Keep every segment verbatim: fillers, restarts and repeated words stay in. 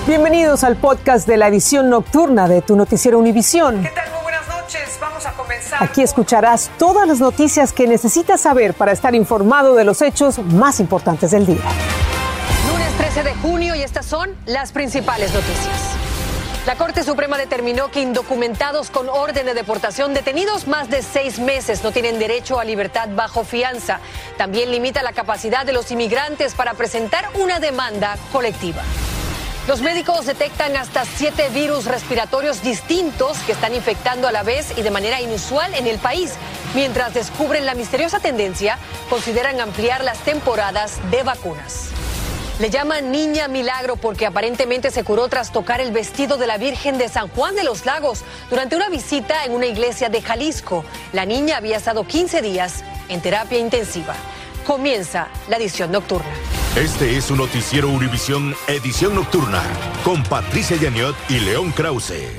Bienvenidos al podcast de la edición nocturna de tu noticiero Univisión. ¿Qué tal? Muy buenas noches. Vamos a comenzar. Aquí escucharás todas las noticias que necesitas saber para estar informado de los hechos más importantes del día. Lunes trece de junio y estas son las principales noticias. La Corte Suprema determinó que indocumentados con orden de deportación detenidos más de seis meses no tienen derecho a libertad bajo fianza. También limita la capacidad de los inmigrantes para presentar una demanda colectiva. Los médicos detectan hasta siete virus respiratorios distintos que están infectando a la vez y de manera inusual en el país. Mientras descubren la misteriosa tendencia, consideran ampliar las temporadas de vacunas. Le llaman Niña Milagro porque aparentemente se curó tras tocar el vestido de la Virgen de San Juan de los Lagos durante una visita en una iglesia de Jalisco. La niña había estado quince días en terapia intensiva. Comienza la edición nocturna. Este es su noticiero Univisión Edición Nocturna con Patricia Yaniot y León Krause.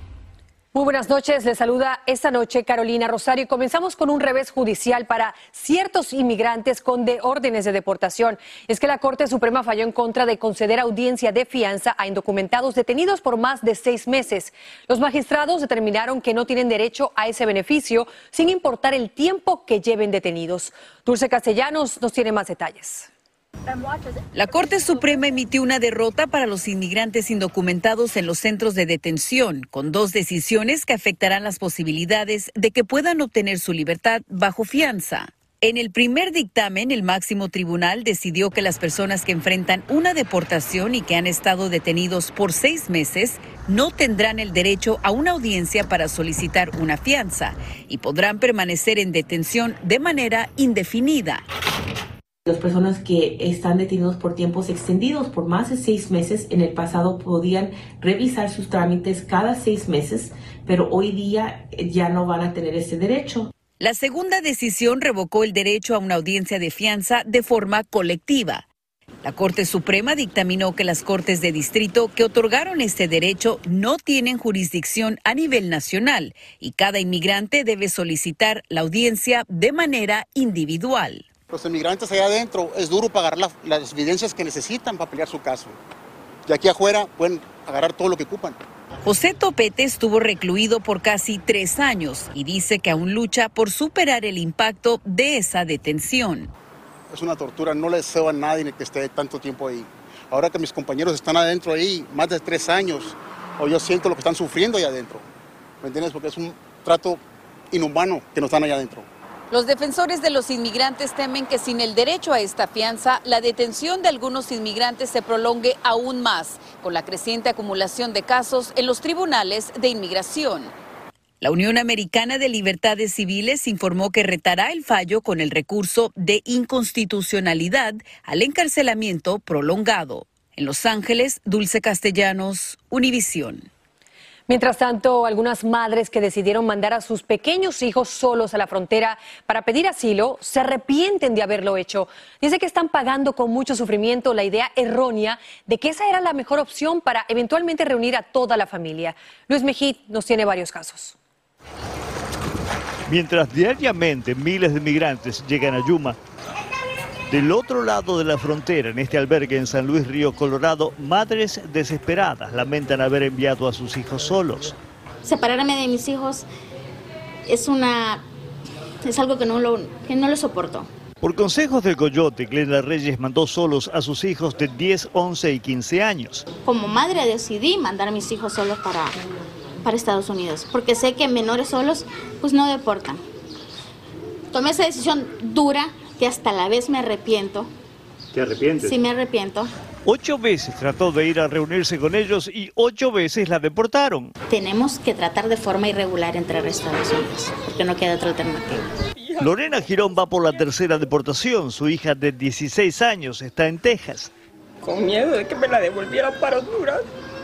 Muy buenas noches, les saluda esta noche Carolina Rosario y comenzamos con un revés judicial para ciertos inmigrantes con de órdenes de deportación. Es que la Corte Suprema falló en contra de conceder audiencia de fianza a indocumentados detenidos por más de seis meses. Los magistrados determinaron que no tienen derecho a ese beneficio sin importar el tiempo que lleven detenidos. Dulce Castellanos nos tiene más detalles. La Corte Suprema emitió una derrota para los inmigrantes indocumentados en los centros de detención, con dos decisiones que afectarán las posibilidades de que puedan obtener su libertad bajo fianza. En el primer dictamen, el máximo tribunal decidió que las personas que enfrentan una deportación y que han estado detenidos por seis meses no tendrán el derecho a una audiencia para solicitar una fianza y podrán permanecer en detención de manera indefinida. Las personas que están detenidos por tiempos extendidos por más de seis meses en el pasado podían revisar sus trámites cada seis meses, pero hoy día ya no van a tener ese derecho. La segunda decisión revocó el derecho a una audiencia de fianza de forma colectiva. La Corte Suprema dictaminó que las cortes de distrito que otorgaron este derecho no tienen jurisdicción a nivel nacional y cada inmigrante debe solicitar la audiencia de manera individual. Los inmigrantes allá adentro es duro pagar la, las evidencias que necesitan para pelear su caso. De aquí afuera pueden agarrar todo lo que ocupan. José Topete estuvo recluido por casi tres años y dice que aún lucha por superar el impacto de esa detención. Es una tortura, no le deseo a nadie que esté tanto tiempo ahí. Ahora que mis compañeros están adentro ahí más de tres años, o yo siento lo que están sufriendo allá adentro. ¿Me entiendes? Porque es un trato inhumano que nos dan allá adentro. Los defensores de los inmigrantes temen que sin el derecho a esta fianza, la detención de algunos inmigrantes se prolongue aún más, con la creciente acumulación de casos en los tribunales de inmigración. La Unión Americana de Libertades Civiles informó que retará el fallo con el recurso de inconstitucionalidad al encarcelamiento prolongado. En Los Ángeles, Dulce Castellanos, Univisión. Mientras tanto, algunas madres que decidieron mandar a sus pequeños hijos solos a la frontera para pedir asilo se arrepienten de haberlo hecho. Dice que están pagando con mucho sufrimiento la idea errónea de que esa era la mejor opción para eventualmente reunir a toda la familia. Luis Mejid nos tiene varios casos. Mientras diariamente miles de migrantes llegan a Yuma, del otro lado de la frontera, en este albergue en San Luis Río Colorado, madres desesperadas lamentan haber enviado a sus hijos solos. Separarme de mis hijos es una es algo que no lo, que no lo soporto. Por consejos del Coyote, Glenda Reyes mandó solos a sus hijos de diez, once y quince años. Como madre decidí mandar a mis hijos solos para, para Estados Unidos, porque sé que menores solos pues no deportan. Tomé esa decisión dura, que hasta la vez me arrepiento. ¿Te arrepientes? Sí, me arrepiento. Ocho veces trató de ir a reunirse con ellos y ocho veces la deportaron. Tenemos que tratar de forma irregular entrar a Estados Unidos, porque no queda otra alternativa. Lorena Girón va por la tercera deportación. Su hija de dieciséis años está en Texas. Con miedo de que me la devolvieran para Honduras.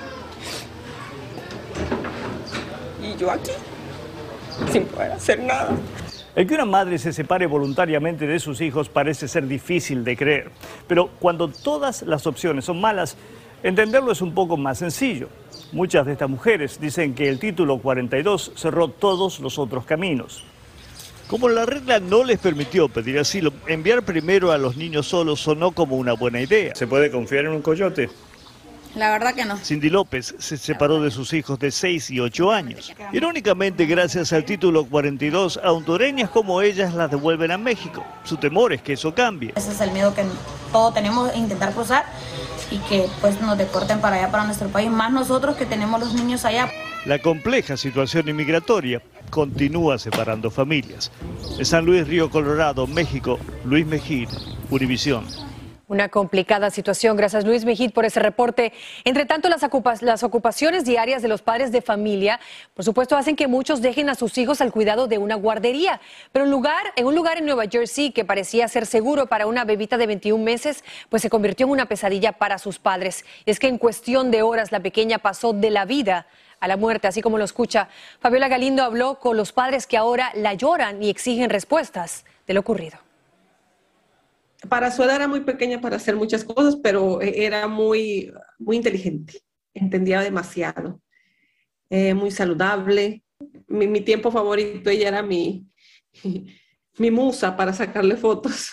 Y yo aquí, sin poder hacer nada. El que una madre se separe voluntariamente de sus hijos parece ser difícil de creer, pero cuando todas las opciones son malas, entenderlo es un poco más sencillo. Muchas de estas mujeres dicen que el título cuarenta y dos cerró todos los otros caminos. Como la regla no les permitió pedir asilo, enviar primero a los niños solos sonó como una buena idea. ¿Se puede confiar en un coyote? La verdad que no. Cindy López se separó de sus hijos de seis y ocho años. Irónicamente, gracias al título cuarenta y dos, a hondureñas como ellas las devuelven a México. Su temor es que eso cambie. Ese es el miedo que todos tenemos, intentar cruzar y que pues nos deporten para allá, para nuestro país, más nosotros que tenemos los niños allá. La compleja situación inmigratoria continúa separando familias. De San Luis, Río Colorado, México, Luis Mejid, Univisión. Una complicada situación. Gracias, Luis Mejid, por ese reporte. Entre tanto, las, ocupa las ocupaciones diarias de los padres de familia, por supuesto, hacen que muchos dejen a sus hijos al cuidado de una guardería. Pero en, lugar, en un lugar en Nueva Jersey que parecía ser seguro para una bebita de veintiún meses, pues se convirtió en una pesadilla para sus padres. Y es que en cuestión de horas la pequeña pasó de la vida a la muerte, así como lo escucha. Fabiola Galindo habló con los padres que ahora la lloran y exigen respuestas de lo ocurrido. Para su edad era muy pequeña para hacer muchas cosas, pero era muy, muy inteligente, entendía demasiado, eh, muy saludable. Mi, mi tiempo favorito, ella era mi, mi musa para sacarle fotos.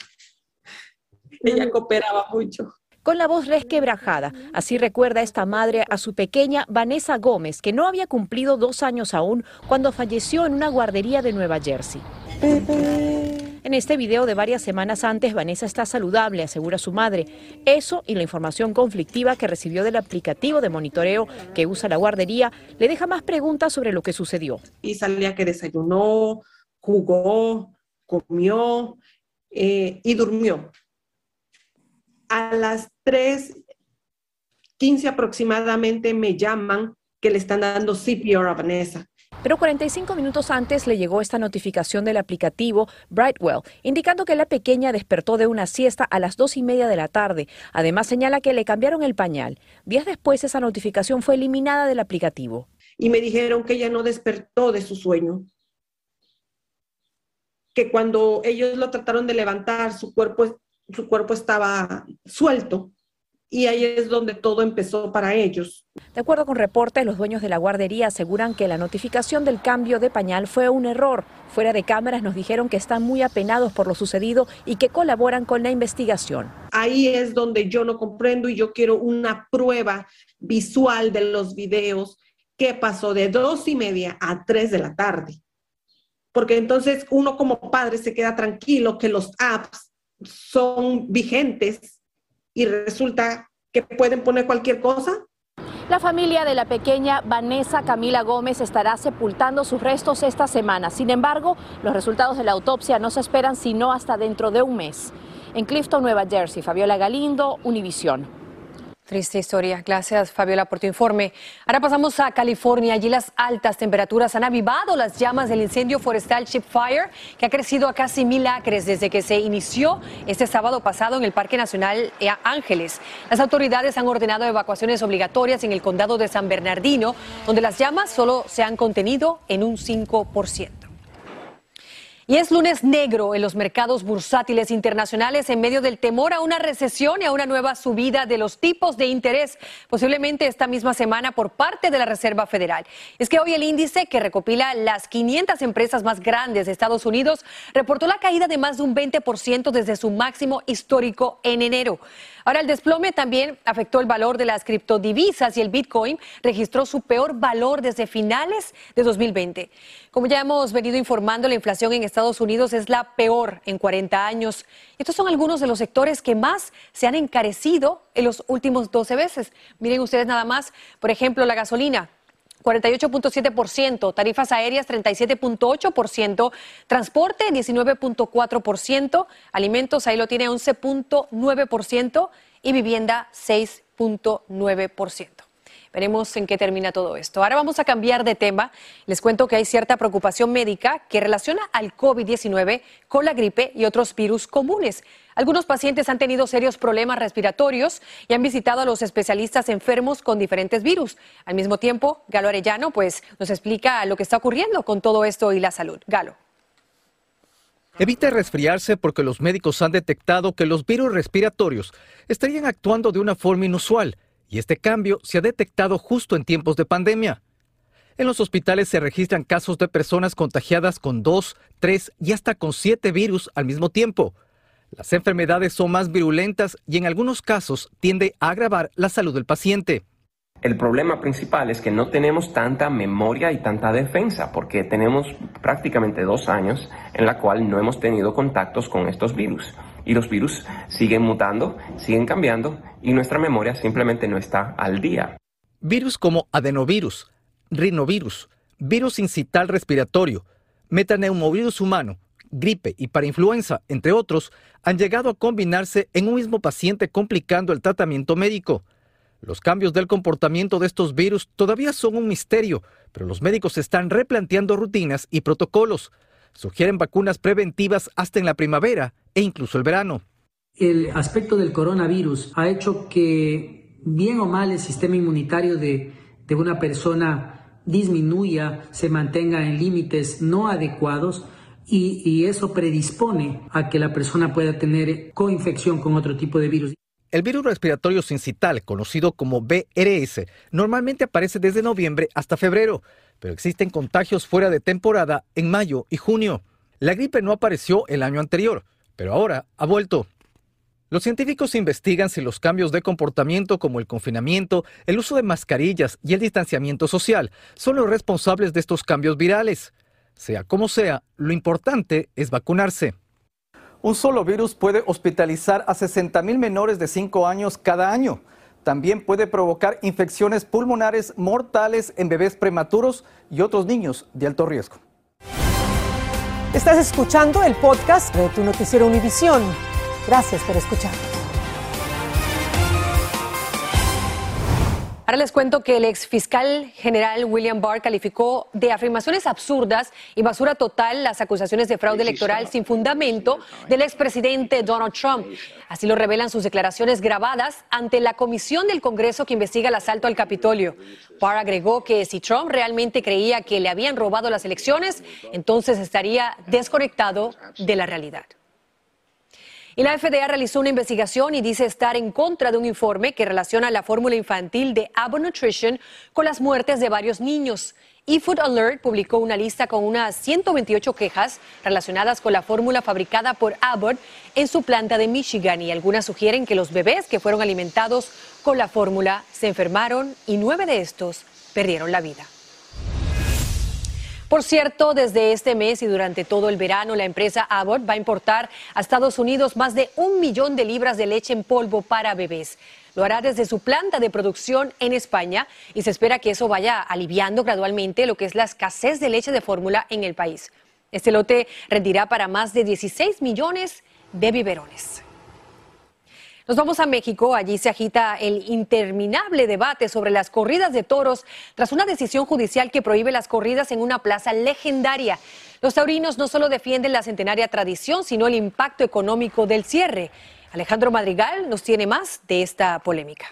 Ella cooperaba mucho. Con la voz resquebrajada, así recuerda esta madre a su pequeña Vanessa Gómez, que no había cumplido dos años aún cuando falleció en una guardería de Nueva Jersey. En este video de varias semanas antes, Vanessa está saludable, asegura su madre. Eso y la información conflictiva que recibió del aplicativo de monitoreo que usa la guardería le deja más preguntas sobre lo que sucedió. Y salía que desayunó, jugó, comió eh, y durmió. A las tres quince aproximadamente me llaman que le están dando C P R a Vanessa. Pero cuarenta y cinco minutos antes le llegó esta notificación del aplicativo Brightwell, indicando que la pequeña despertó de una siesta a las dos y media de la tarde. Además señala que le cambiaron el pañal. Días después esa notificación fue eliminada del aplicativo. Y me dijeron que ella no despertó de su sueño. Que cuando ellos lo trataron de levantar, su cuerpo, su cuerpo estaba suelto. Y ahí es donde todo empezó para ellos. De acuerdo con reportes, los dueños de la guardería aseguran que la notificación del cambio de pañal fue un error. Fuera de cámaras nos dijeron que están muy apenados por lo sucedido y que colaboran con la investigación. Ahí es donde yo no comprendo y yo quiero una prueba visual de los videos que pasó de dos y media a tres de la tarde. Porque entonces uno como padre se queda tranquilo que los apps son vigentes y resulta que pueden poner cualquier cosa. La familia de la pequeña Vanessa Camila Gómez estará sepultando sus restos esta semana. Sin embargo, los resultados de la autopsia no se esperan sino hasta dentro de un mes. En Clifton, Nueva Jersey, Fabiola Galindo, Univisión. Triste historia. Gracias, Fabiola, por tu informe. Ahora pasamos a California. Allí las altas temperaturas han avivado las llamas del incendio forestal Chip Fire, que ha crecido a casi mil acres desde que se inició este sábado pasado en el Parque Nacional Ángeles. Las autoridades han ordenado evacuaciones obligatorias en el condado de San Bernardino, donde las llamas solo se han contenido en un cinco por ciento. Y es lunes negro en los mercados bursátiles internacionales en medio del temor a una recesión y a una nueva subida de los tipos de interés, posiblemente esta misma semana por parte de la Reserva Federal. Es que hoy el índice que recopila las quinientas empresas más grandes de Estados Unidos reportó la caída de más de un veinte por ciento desde su máximo histórico en enero. Ahora, el desplome también afectó el valor de las criptodivisas y el Bitcoin registró su peor valor desde finales de dos mil veinte. Como ya hemos venido informando, la inflación en Estados Unidos es la peor en cuarenta años. Estos son algunos de los sectores que más se han encarecido en los últimos doce meses. Miren ustedes nada más, por ejemplo, la gasolina. cuarenta y ocho punto siete por ciento, tarifas aéreas treinta y siete punto ocho por ciento, transporte diecinueve punto cuatro por ciento, alimentos ahí lo tiene once punto nueve por ciento y vivienda seis punto nueve por ciento. Veremos en qué termina todo esto. Ahora vamos a cambiar de tema. Les cuento que hay cierta preocupación médica que relaciona al COVID diecinueve con la gripe y otros virus comunes. Algunos pacientes han tenido serios problemas respiratorios y han visitado a los especialistas enfermos con diferentes virus. Al mismo tiempo, Galo Arellano pues, nos explica lo que está ocurriendo con todo esto y la salud. Galo. Evite resfriarse porque los médicos han detectado que los virus respiratorios estarían actuando de una forma inusual. Y este cambio se ha detectado justo en tiempos de pandemia. En los hospitales se registran casos de personas contagiadas con dos, tres y hasta con siete virus al mismo tiempo. Las enfermedades son más virulentas y en algunos casos tiende a agravar la salud del paciente. El problema principal es que no tenemos tanta memoria y tanta defensa porque tenemos prácticamente dos años en la cual no hemos tenido contactos con estos virus. Y los virus siguen mutando, siguen cambiando y nuestra memoria simplemente no está al día. Virus como adenovirus, rinovirus, virus incital respiratorio, metaneumovirus humano, gripe y parainfluenza, entre otros, han llegado a combinarse en un mismo paciente complicando el tratamiento médico. Los cambios del comportamiento de estos virus todavía son un misterio, pero los médicos están replanteando rutinas y protocolos. Sugieren vacunas preventivas hasta en la primavera e incluso el verano. El aspecto del coronavirus ha hecho que, bien o mal, el sistema inmunitario de, de una persona disminuya, se mantenga en límites no adecuados y, y eso predispone a que la persona pueda tener coinfección con otro tipo de virus. El virus respiratorio sincital, conocido como V R S, normalmente aparece desde noviembre hasta febrero, pero existen contagios fuera de temporada en mayo y junio. La gripe no apareció el año anterior, pero ahora ha vuelto. Los científicos investigan si los cambios de comportamiento como el confinamiento, el uso de mascarillas y el distanciamiento social son los responsables de estos cambios virales. Sea como sea, lo importante es vacunarse. Un solo virus puede hospitalizar a sesenta mil menores de cinco años cada año. También puede provocar infecciones pulmonares mortales en bebés prematuros y otros niños de alto riesgo. Estás escuchando el podcast de tu noticiero Univisión. Gracias por escuchar. Ahora les cuento que el ex fiscal general William Barr calificó de afirmaciones absurdas y basura total las acusaciones de fraude electoral sin fundamento del expresidente Donald Trump. Así lo revelan sus declaraciones grabadas ante la comisión del Congreso que investiga el asalto al Capitolio. Barr agregó que si Trump realmente creía que le habían robado las elecciones, entonces estaría desconectado de la realidad. Y la F D A realizó una investigación y dice estar en contra de un informe que relaciona la fórmula infantil de Abbott Nutrition con las muertes de varios niños. eFood Alert publicó una lista con unas ciento veintiocho quejas relacionadas con la fórmula fabricada por Abbott en su planta de Michigan y algunas sugieren que los bebés que fueron alimentados con la fórmula se enfermaron y nueve de estos perdieron la vida. Por cierto, desde este mes y durante todo el verano, la empresa Abbott va a importar a Estados Unidos más de un millón de libras de leche en polvo para bebés. Lo hará desde su planta de producción en España y se espera que eso vaya aliviando gradualmente lo que es la escasez de leche de fórmula en el país. Este lote rendirá para más de dieciséis millones de biberones. Nos vamos a México. Allí se agita el interminable debate sobre las corridas de toros tras una decisión judicial que prohíbe las corridas en una plaza legendaria. Los taurinos no solo defienden la centenaria tradición, sino el impacto económico del cierre. Alejandro Madrigal nos tiene más de esta polémica.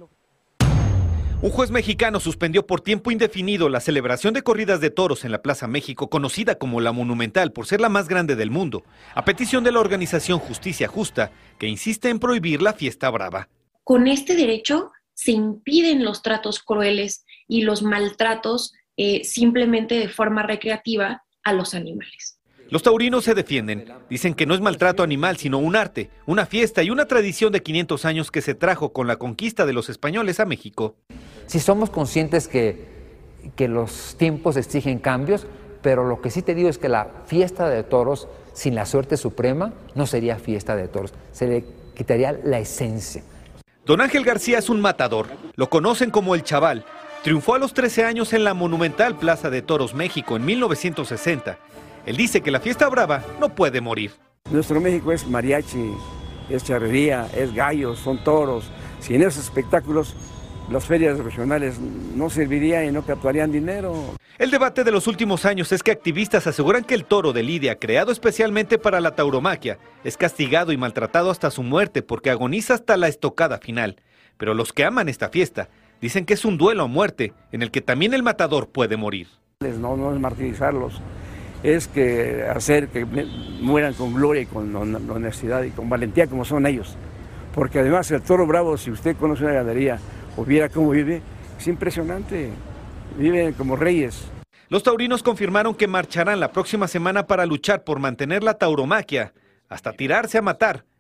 Un juez mexicano suspendió por tiempo indefinido la celebración de corridas de toros en la Plaza México, conocida como La Monumental por ser la más grande del mundo, a petición de la organización Justicia Justa, que insiste en prohibir la fiesta brava. Con este derecho se impiden los tratos crueles y los maltratos eh, simplemente de forma recreativa a los animales. Los taurinos se defienden. Dicen que no es maltrato animal, sino un arte, una fiesta y una tradición de quinientos años que se trajo con la conquista de los españoles a México. Si somos conscientes que, que los tiempos exigen cambios, pero lo que sí te digo es que la fiesta de toros sin la suerte suprema no sería fiesta de toros, se le quitaría la esencia. Don Ángel García es un matador, lo conocen como el Chaval. Triunfó a los trece años en la monumental Plaza de Toros México en mil novecientos sesenta. Él dice que la fiesta brava no puede morir. Nuestro México es mariachi, es charrería, es gallos, son toros. Si en esos espectáculos las ferias regionales no servirían y no captarían dinero. El debate de los últimos años es que activistas aseguran que el toro de lidia, creado especialmente para la tauromaquia, es castigado y maltratado hasta su muerte porque agoniza hasta la estocada final. Pero los que aman esta fiesta dicen que es un duelo a muerte en el que también el matador puede morir. No, no es martirizarlos, es que hacer que mueran con gloria y con honestidad y con valentía como son ellos. Porque además el toro bravo, si usted conoce una ganadería o viera cómo vive, es impresionante, viven como reyes. Los taurinos confirmaron que marcharán la próxima semana para luchar por mantener la tauromaquia, hasta tirarse a matar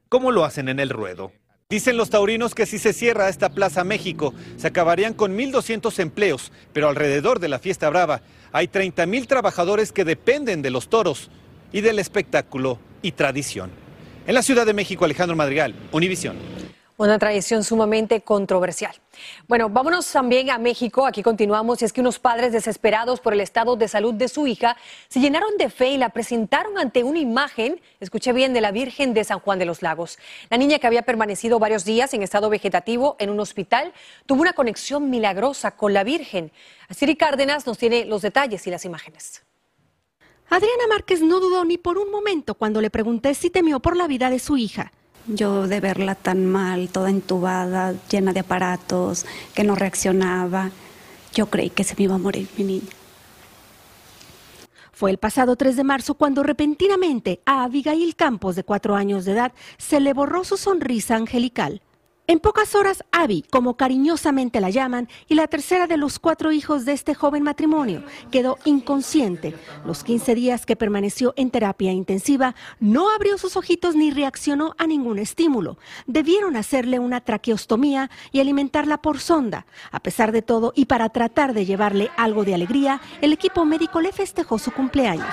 como lo hacen en el ruedo. Dicen los taurinos que si se cierra esta Plaza México, se acabarían con mil doscientos empleos, pero alrededor de la Fiesta Brava hay treinta mil trabajadores que dependen de los toros y del espectáculo y tradición. En la Ciudad de México, Alejandro Madrigal, Univisión. Una tradición sumamente controversial. Bueno, vámonos también a México. Aquí continuamos. Y es que unos padres desesperados por el estado de salud de su hija se llenaron de fe y la presentaron ante una imagen, escuché bien, de la Virgen de San Juan de los Lagos. La niña, que había permanecido varios días en estado vegetativo en un hospital, tuvo una conexión milagrosa con la Virgen. Siri Cárdenas nos tiene los detalles y las imágenes. Adriana Márquez no dudó ni por un momento cuando le pregunté si temió por la vida de su hija. Yo de verla tan mal, toda entubada, llena de aparatos, que no reaccionaba, yo creí que se me iba a morir mi niña. Fue el pasado tres de marzo cuando repentinamente a Abigail Campos, de cuatro años de edad, se le borró su sonrisa angelical. En pocas horas, Abby, como cariñosamente la llaman, y la tercera de los cuatro hijos de este joven matrimonio, quedó inconsciente. Los quince días que permaneció en terapia intensiva, no abrió sus ojitos ni reaccionó a ningún estímulo. Debieron hacerle una traqueostomía y alimentarla por sonda. A pesar de todo, y para tratar de llevarle algo de alegría, el equipo médico le festejó su cumpleaños.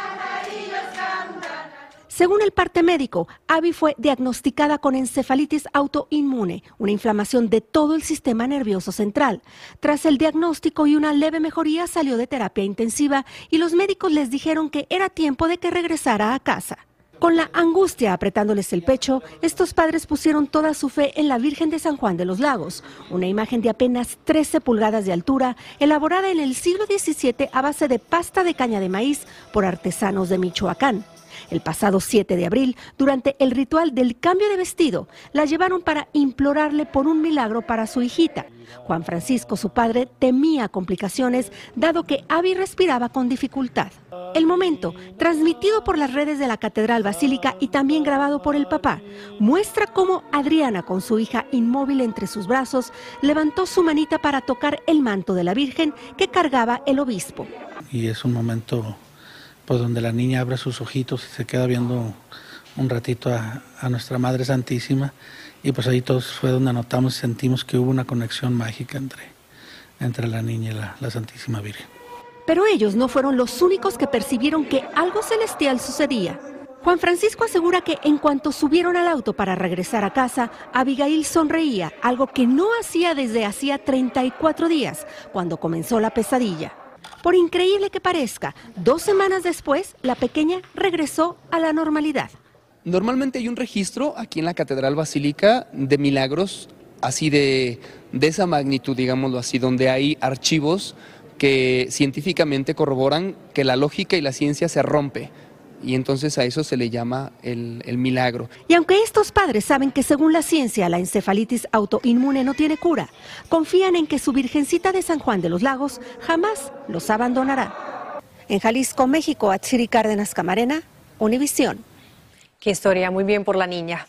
Según el parte médico, Abby fue diagnosticada con encefalitis autoinmune, una inflamación de todo el sistema nervioso central. Tras el diagnóstico y una leve mejoría, salió de terapia intensiva y los médicos les dijeron que era tiempo de que regresara a casa. Con la angustia apretándoles el pecho, estos padres pusieron toda su fe en la Virgen de San Juan de los Lagos, una imagen de apenas trece pulgadas de altura, elaborada en el siglo diecisiete a base de pasta de caña de maíz por artesanos de Michoacán. El pasado siete de abril, durante el ritual del cambio de vestido, la llevaron para implorarle por un milagro para su hijita. Juan Francisco, su padre, temía complicaciones, dado que Abby respiraba con dificultad. El momento, transmitido por las redes de la Catedral Basílica y también grabado por el papá, muestra cómo Adriana, con su hija inmóvil entre sus brazos, levantó su manita para tocar el manto de la Virgen que cargaba el obispo. Y es un momento pues donde la niña abre sus ojitos y se queda viendo un ratito a, a nuestra Madre Santísima, y pues ahí todos fue donde notamos y sentimos que hubo una conexión mágica entre, entre la niña y la, la Santísima Virgen. Pero ellos no fueron los únicos que percibieron que algo celestial sucedía. Juan Francisco asegura que en cuanto subieron al auto para regresar a casa, Abigail sonreía, algo que no hacía desde hacía treinta y cuatro días, cuando comenzó la pesadilla. Por increíble que parezca, dos semanas después, la pequeña regresó a la normalidad. Normalmente hay un registro aquí en la Catedral Basílica de milagros, así de, de esa magnitud, digámoslo así, donde hay archivos que científicamente corroboran que la lógica y la ciencia se rompe. Y entonces a eso se le llama el, el milagro. Y aunque estos padres saben que según la ciencia la encefalitis autoinmune no tiene cura, confían en que su Virgencita de San Juan de los Lagos jamás los abandonará. En Jalisco, México, Atsiri Cárdenas Camarena, Univisión. Qué historia, muy bien por la niña.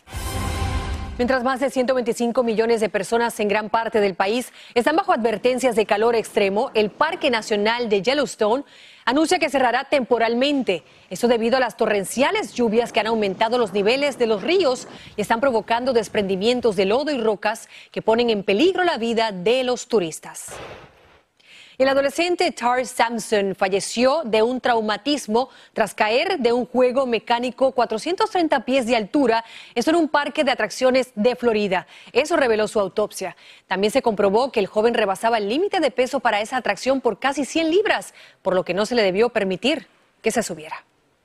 Mientras más de ciento veinticinco millones de personas en gran parte del país están bajo advertencias de calor extremo, el Parque Nacional de Yellowstone anuncia que cerrará temporalmente. Esto debido a las torrenciales lluvias que han aumentado los niveles de los ríos y están provocando desprendimientos de lodo y rocas que ponen en peligro la vida de los turistas. El adolescente Tar Sampson falleció de un traumatismo tras caer de un juego mecánico cuatrocientos treinta pies de altura, esto en un parque de atracciones de Florida. Eso reveló su autopsia. También se comprobó que el joven rebasaba el límite de peso para esa atracción por casi cien libras, por lo que no se le debió permitir que se subiera.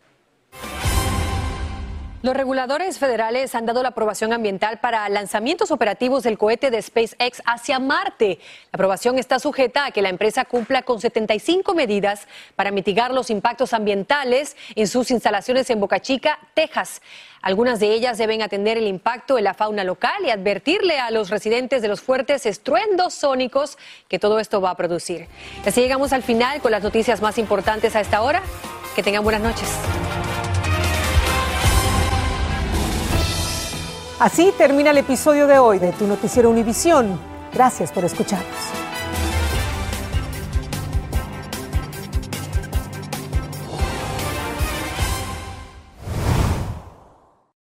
Los reguladores federales han dado la aprobación ambiental para lanzamientos operativos del cohete de SpaceX hacia Marte. La aprobación está sujeta a que la empresa cumpla con setenta y cinco medidas para mitigar los impactos ambientales en sus instalaciones en Boca Chica, Texas. Algunas de ellas deben atender el impacto en la fauna local y advertirle a los residentes de los fuertes estruendos sónicos que todo esto va a producir. Así llegamos al final con las noticias más importantes a esta hora. Que tengan buenas noches. Así termina el episodio de hoy de Tu Noticiero Univisión. Gracias por escucharnos.